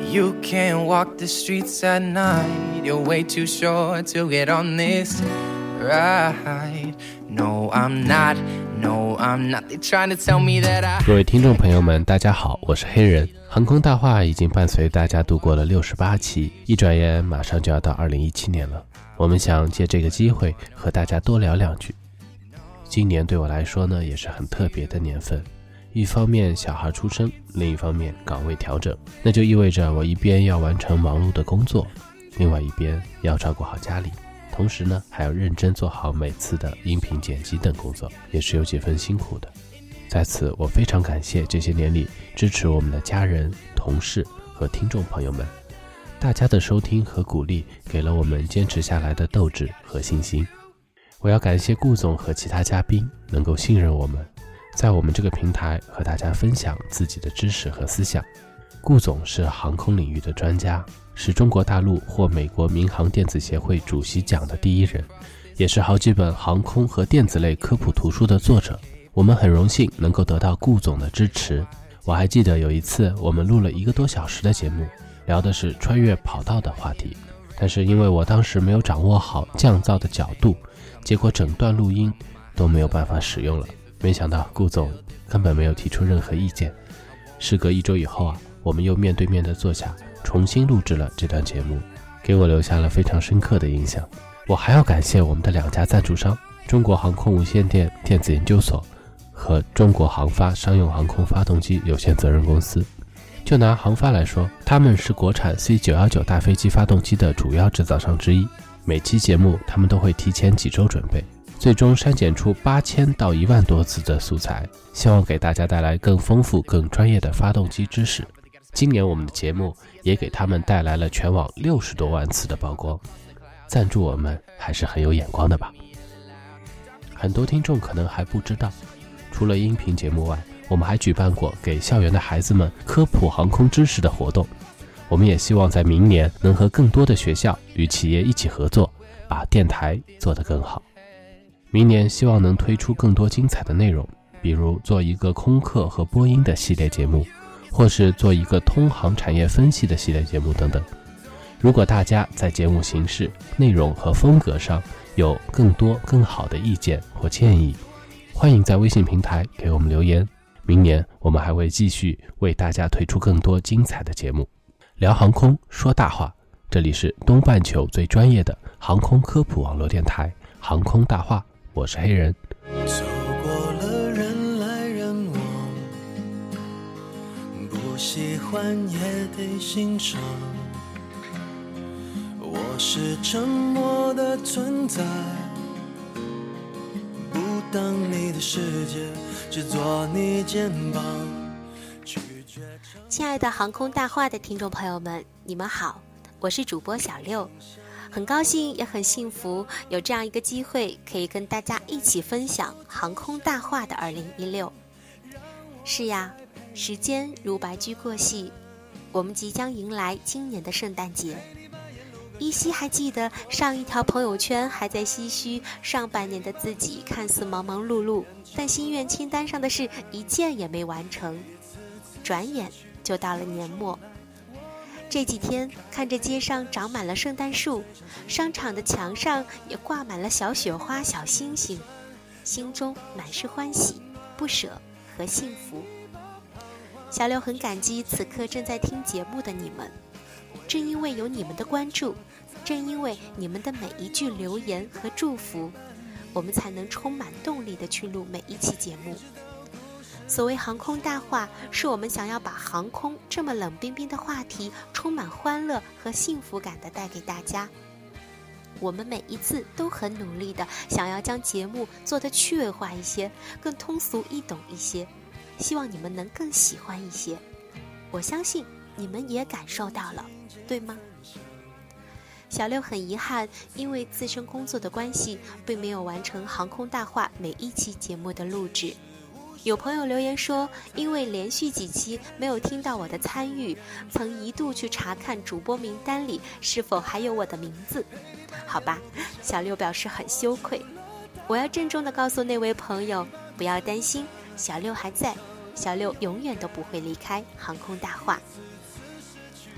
You can't walk the streets at night. You're way too short to get on this ride. No, I'm not. No, I'm not. They're trying to tell me that I... 各位听众朋友们，大家好，我是黑人。航空大话已经伴随大家度过了68期，一转眼马上就要到2017年了。我们想借这个机会和大家多聊两句。今年对我来说呢，也是很特别的年份。一方面小孩出生，另一方面岗位调整，那就意味着我一边要完成忙碌的工作，另外一边要照顾好家里，同时呢还要认真做好每次的音频剪辑等工作，也是有几分辛苦的。在此我非常感谢这些年里支持我们的家人、同事和听众朋友们，大家的收听和鼓励给了我们坚持下来的斗志和信心。我要感谢顾总和其他嘉宾能够信任我们，在我们这个平台和大家分享自己的知识和思想。顾总是航空领域的专家，是中国大陆获美国民航电子协会主席奖的第一人，也是好几本航空和电子类科普图书的作者。我们很荣幸能够得到顾总的支持。我还记得有一次我们录了1个多小时的节目，聊的是穿越跑道的话题，但是因为我当时没有掌握好降噪的角度，结果整段录音都没有办法使用了。没想到顾总根本没有提出任何意见。时隔1周以后我们又面对面的坐下，重新录制了这段节目，给我留下了非常深刻的印象。我还要感谢我们的2家赞助商，中国航空无线电电子研究所和中国航发商用航空发动机有限责任公司。就拿航发来说，他们是国产 C919 大飞机发动机的主要制造商之一，每期节目他们都会提前几周准备，最终删减出8000到1万多字的素材，希望给大家带来更丰富更专业的发动机知识。今年我们的节目也给他们带来了全网60多万次的曝光，赞助我们还是很有眼光的吧。很多听众可能还不知道，除了音频节目外，我们还举办过给校园的孩子们科普航空知识的活动。我们也希望在明年能和更多的学校与企业一起合作，把电台做得更好。明年希望能推出更多精彩的内容，比如做一个空客和播音的系列节目，或是做一个通航产业分析的系列节目等等。如果大家在节目形式、内容和风格上有更多更好的意见或建议，欢迎在微信平台给我们留言。明年我们还会继续为大家推出更多精彩的节目。聊航空说大话，这里是东半球最专业的航空科普网络电台航空大话，我是黑人。 走过了人来人往，不喜欢也得欣赏，我是沉默的存在，不当你的世界，只做你肩膀。 亲爱的航空大话的听众朋友们，你们好，我是主播小六，很高兴也很幸福有这样一个机会可以跟大家一起分享航空大话的2016。是呀，时间如白驹过隙，我们即将迎来今年的圣诞节。依稀还记得上一条朋友圈还在唏嘘上半年的自己看似忙忙碌碌，但心愿清单上的事一件也没完成，转眼就到了年末。这几天看着街上长满了圣诞树，商场的墙上也挂满了小雪花、小星星，心中满是欢喜、不舍和幸福。小六很感激此刻正在听节目的你们，正因为有你们的关注，正因为你们的每一句留言和祝福，我们才能充满动力地去录每一期节目。所谓航空大话，是我们想要把航空这么冷冰冰的话题充满欢乐和幸福感的带给大家。我们每一次都很努力的想要将节目做得趣味化一些，更通俗易懂一些，希望你们能更喜欢一些。我相信你们也感受到了，对吗？小六很遗憾，因为自身工作的关系，并没有完成航空大话每一期节目的录制。有朋友留言说，因为连续几期没有听到我的参与，曾一度去查看主播名单里是否还有我的名字。好吧，小六表示很羞愧。我要郑重地告诉那位朋友，不要担心，小六还在，小六永远都不会离开航空大话。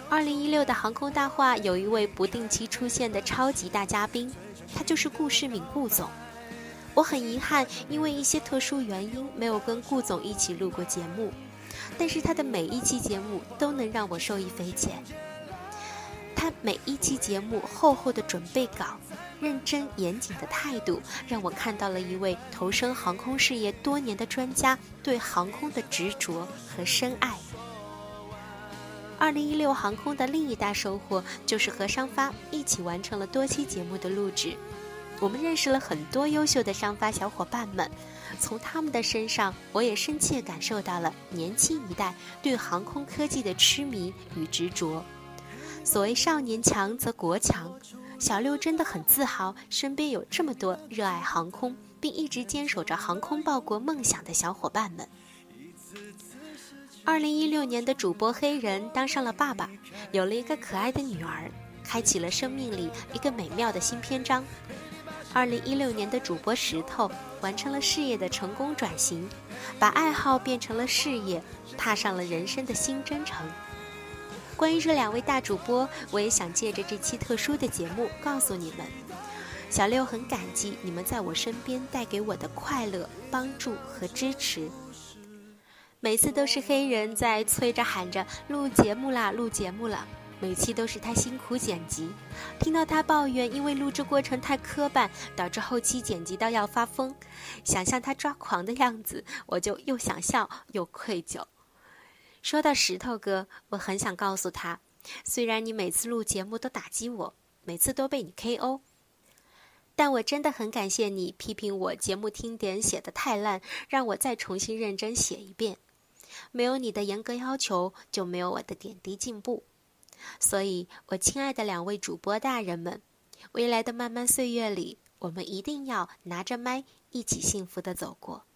2016的航空大话有一位不定期出现的超级大嘉宾，他就是顾世敏顾总。我很遗憾，因为一些特殊原因没有跟顾总一起录过节目，但是他的每一期节目都能让我受益匪浅。他每一期节目厚厚的准备稿，认真严谨的态度，让我看到了一位投身航空事业多年的专家对航空的执着和深爱。2016航空的另一大收获就是和商发一起完成了多期节目的录制。我们认识了很多优秀的商发小伙伴们，从他们的身上我也深切感受到了年轻一代对航空科技的痴迷与执着。所谓少年强则国强，小六真的很自豪身边有这么多热爱航空并一直坚守着航空报国梦想的小伙伴们。2016年的主播黑人当上了爸爸，有了一个可爱的女儿，开启了生命里一个美妙的新篇章。2016年的主播石头完成了事业的成功转型，把爱好变成了事业，踏上了人生的新征程。关于这两位大主播，我也想借着这期特殊的节目告诉你们，小六很感激你们在我身边带给我的快乐、帮助和支持。每次都是黑人在催着喊着录节目啦，录节目了，每期都是他辛苦剪辑，听到他抱怨因为录制过程太磕绊，导致后期剪辑到要发疯，想象他抓狂的样子，我就又想笑又愧疚。说到石头哥，我很想告诉他，虽然你每次录节目都打击我，每次都被你 KO， 但我真的很感谢你批评我节目听点写得太烂，让我再重新认真写一遍。没有你的严格要求，就没有我的点滴进步。所以我亲爱的两位主播大人们，未来的漫漫岁月里，我们一定要拿着麦一起幸福地走过。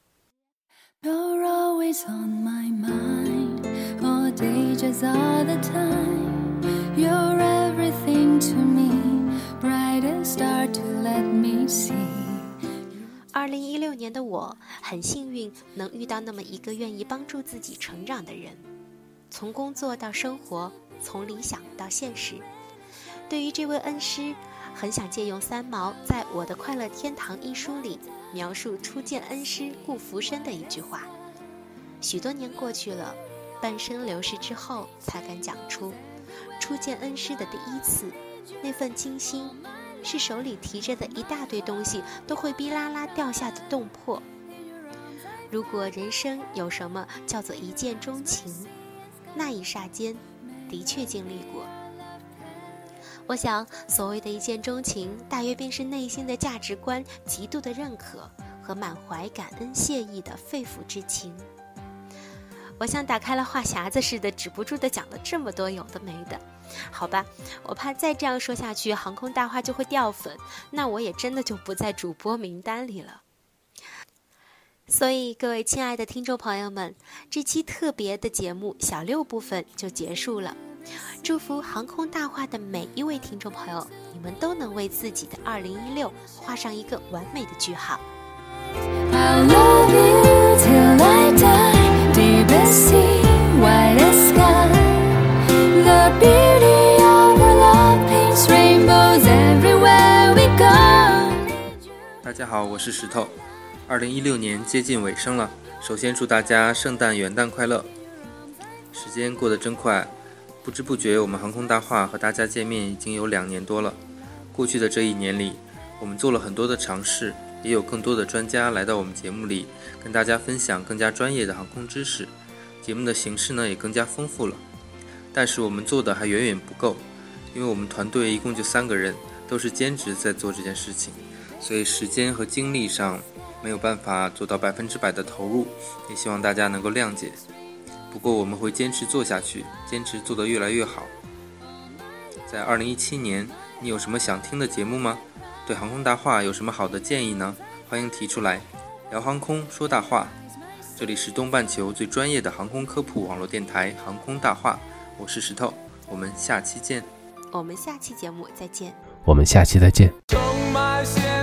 You're always on my mind, all day just all the time. You're everything to me, brightest star to let me see. 2016年的我很幸运能遇到那么一个愿意帮助自己成长的人，从工作到生活，从理想到现实。对于这位恩师，很想借用三毛在我的快乐天堂一书里描述初见恩师顾福生的一句话：许多年过去了，半生流逝之后，才敢讲出初见恩师的第一次，那份惊心是手里提着的一大堆东西都会哔啦啦掉下的冻魄。如果人生有什么叫做一见钟情，那一霎间的确经历过。我想所谓的一见钟情，大约便是内心的价值观极度的认可和满怀感恩谢意的肺腑之情。我像打开了话匣子似的，止不住的讲了这么多有的没的。好吧，我怕再这样说下去，航空大话就会掉粉，那我也真的就不在主播名单里了。所以各位亲爱的听众朋友们，这期特别的节目小六部分就结束了。祝福航空大话的每一位听众朋友，你们都能为自己的2016画上一个完美的句号。 I'll love you till I die, deepest sea, widest sky. The beauty of our love paints rainbows everywhere we go. 大家好，我是石头。2016年接近尾声了，首先祝大家圣诞元旦快乐。时间过得真快，不知不觉我们航空大话和大家见面已经有2年多了。过去的这1年里，我们做了很多的尝试，也有更多的专家来到我们节目里，跟大家分享更加专业的航空知识。节目的形式呢也更加丰富了，但是我们做的还远远不够，因为我们团队一共就3个人，都是兼职在做这件事情，所以时间和精力上没有办法做到100%的投入，也希望大家能够谅解。不过我们会坚持做下去，坚持做得越来越好。在2017年，你有什么想听的节目吗？对航空大话有什么好的建议呢？欢迎提出来。聊航空说大话，这里是东半球最专业的航空科普网络电台航空大话，我是石头，我们下期见。 我们下期节目再见。 我们下期再见。 充满